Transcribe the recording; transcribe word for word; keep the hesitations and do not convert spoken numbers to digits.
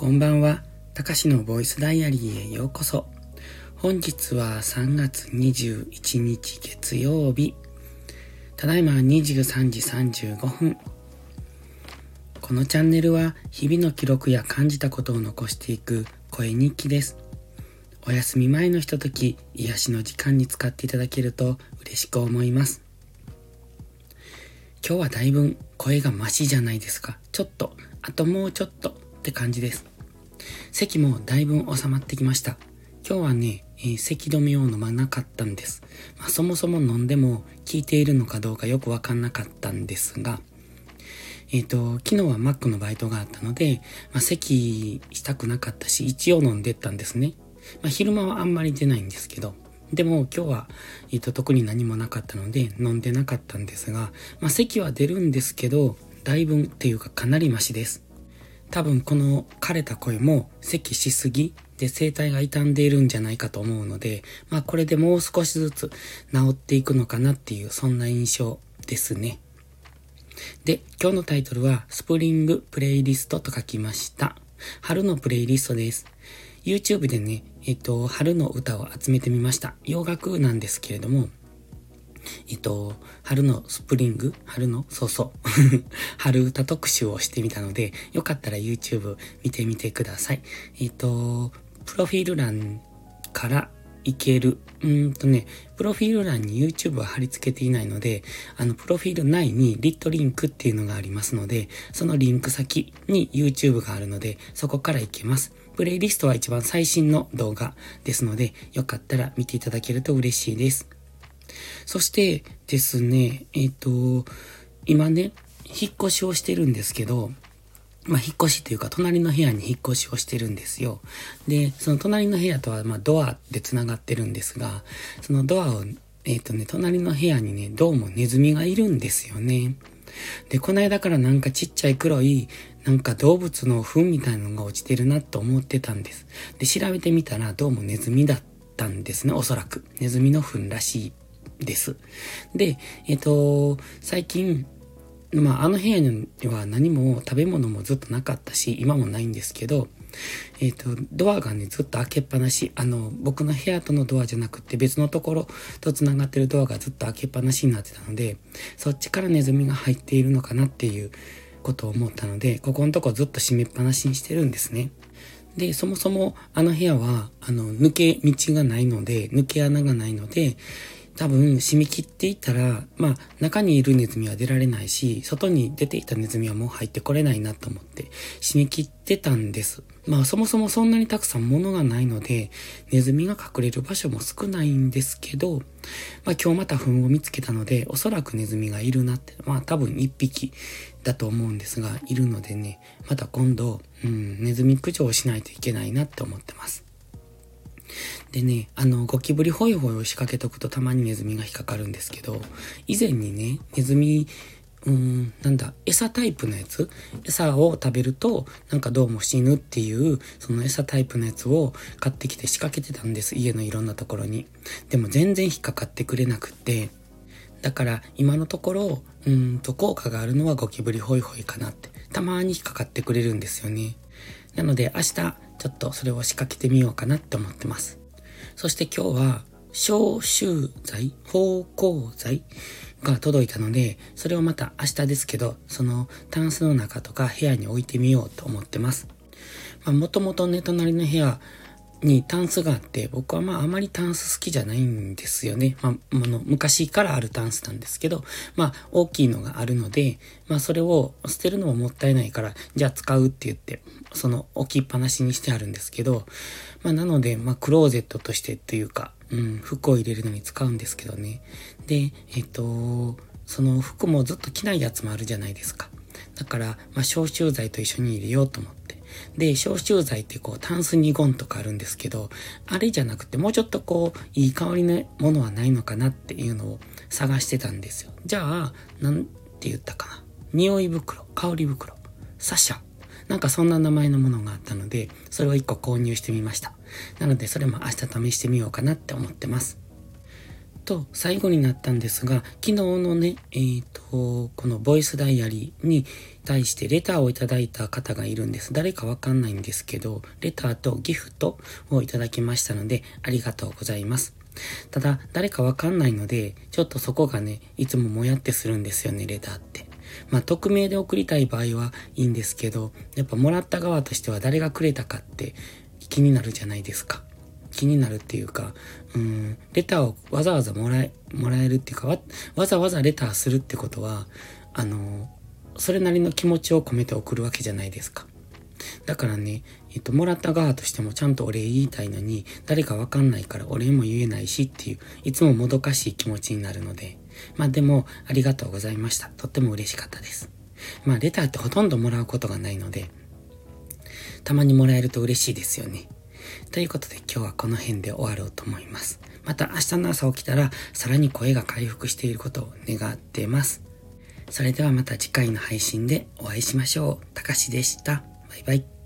こんばんは。たかしのボイスダイアリーへようこそ。本日はさんがつにじゅういちにち月曜日。ただいまにじゅうさんじさんじゅうごふん。このチャンネルは日々の記録や感じたことを残していく声日記です。お休み前のひととき、癒しの時間に使っていただけると嬉しく思います。今日はだいぶ声がマシじゃないですか。ちょっと、あともうちょっとって感じです。咳もだいぶ収まってきました。今日はね、えー、咳止めを飲まなかったんです。まあ、そもそも飲んでも効いているのかどうかよくわかんなかったんですが、えっと、昨日はマックのバイトがあったので、まあ、咳したくなかったし、一応飲んでったんですね。まあ、昼間はあんまり出ないんですけど、でも今日は、えっと、特に何もなかったので飲んでなかったんですが、まあ、咳は出るんですけど、だいぶっていうかかなりマシです。多分この枯れた声も咳しすぎで声帯が傷んでいるんじゃないかと思うので、まあこれでもう少しずつ治っていくのかなっていうそんな印象ですね。で、今日のタイトルはスプリングプレイリストと書きました。春のプレイリストです。YouTube でね、えっと、春の歌を集めてみました。洋楽なんですけれども、えっと、春のスプリング春のそうそう春歌特集をしてみたので、よかったら YouTube 見てみてください。えっと、プロフィール欄からいける。うーんとね、プロフィール欄に YouTube は貼り付けていないので、あの、プロフィール内にリットリンクっていうのがありますので、そのリンク先に YouTube があるので、そこからいけます。プレイリストは一番最新の動画ですので、よかったら見ていただけると嬉しいです。そしてですね、えっと、今ね、引っ越しをしてるんですけど、まあ、引っ越しっていうか、隣の部屋に引っ越しをしてるんですよ。で、その隣の部屋とは、まあ、ドアで繋がってるんですが、そのドアを、えっとね、隣の部屋にね、どうもネズミがいるんですよね。で、この間からなんかちっちゃい黒い、なんか動物の糞みたいなのが落ちてるなと思ってたんです。で、調べてみたら、どうもネズミだったんですね、おそらく。ネズミの糞らしい。です。で、えっと、最近、まあ、あの部屋には何も食べ物もずっとなかったし、今もないんですけど、えっと、ドアがね、ずっと開けっぱなし、あの、僕の部屋とのドアじゃなくて別のところと繋がってるドアがずっと開けっぱなしになってたので、そっちからネズミが入っているのかなっていうことを思ったので、ここのとこずっと閉めっぱなしにしてるんですね。で、そもそもあの部屋は、あの、抜け道がないので、抜け穴がないので、多分締め切っていったら、まあ中にいるネズミは出られないし、外に出ていたネズミはもう入ってこれないなと思って締め切ってたんです。まあそもそもそんなにたくさん物がないので、ネズミが隠れる場所も少ないんですけど、まあ今日また糞を見つけたので、おそらくネズミがいるなって、まあ多分一匹だと思うんですが、いるのでね、また今度、うん、ネズミ駆除をしないといけないなって思ってます。でね、あの、ゴキブリホイホイを仕掛けとくとたまにネズミが引っかかるんですけど、以前にね、ネズミ、うーん、なんだ、餌タイプのやつ餌を食べると、なんかどうも死ぬっていう、その餌タイプのやつを買ってきて仕掛けてたんです。家のいろんなところに。でも全然引っかかってくれなくって、だから今のところ、うーんと効果があるのはゴキブリホイホイかなって。たまに引っかかってくれるんですよね。なので明日、ちょっとそれを仕掛けてみようかなって思ってます。そして今日は消臭剤、芳香剤が届いたので、それをまた明日ですけど、そのタンスの中とか部屋に置いてみようと思ってます。まあもともとね、隣の部屋にタンスがあって、僕はまああまりタンス好きじゃないんですよね。まあ、あの昔からあるタンスなんですけど、まあ大きいのがあるので、まあそれを捨てるのももったいないから、じゃあ使うって言って、その置きっぱなしにしてあるんですけど、まあなので、まあクローゼットとしてというか、うん、服を入れるのに使うんですけどね。で、えっと、その服もずっと着ないやつもあるじゃないですか。だから、まあ消臭剤と一緒に入れようと思って。で、消臭剤ってこう、タンスにゴンとかあるんですけど、あれじゃなくてもうちょっとこう、いい香りのものはないのかなっていうのを探してたんですよ。じゃあ、なんて言ったかな。匂い袋、香り袋、サシャ。なんかそんな名前のものがあったので、それを一個購入してみました。なのでそれも明日試してみようかなって思ってます。 と、最後になったんですが、昨日のね、えっと、このボイスダイアリーに対してレターをいただいた方がいるんです。誰かわかんないんですけど、レターとギフトをいただきましたので、ありがとうございます。ただ、誰かわかんないので、ちょっとそこがね、いつももやってするんですよね、レターって。まあ、匿名で送りたい場合はいいんですけど、やっぱもらった側としては誰がくれたかって気になるじゃないですか。気になるっていうか、うーん、レターをわざわざもらえ、もらえるっていうか、わ、わざわざレターするってことは、あの、それなりの気持ちを込めて送るわけじゃないですか。だからね、えっと、もらった側としてもちゃんとお礼言いたいのに、誰かわかんないからお礼も言えないしっていう、いつももどかしい気持ちになるので、まあでも、ありがとうございました。とっても嬉しかったです。まあ、レターってほとんどもらうことがないので、たまにもらえると嬉しいですよね。ということで今日はこの辺で終わろうと思います。また明日の朝起きたらさらに声が回復していることを願っています。それではまた次回の配信でお会いしましょう。たかしでした。バイバイ。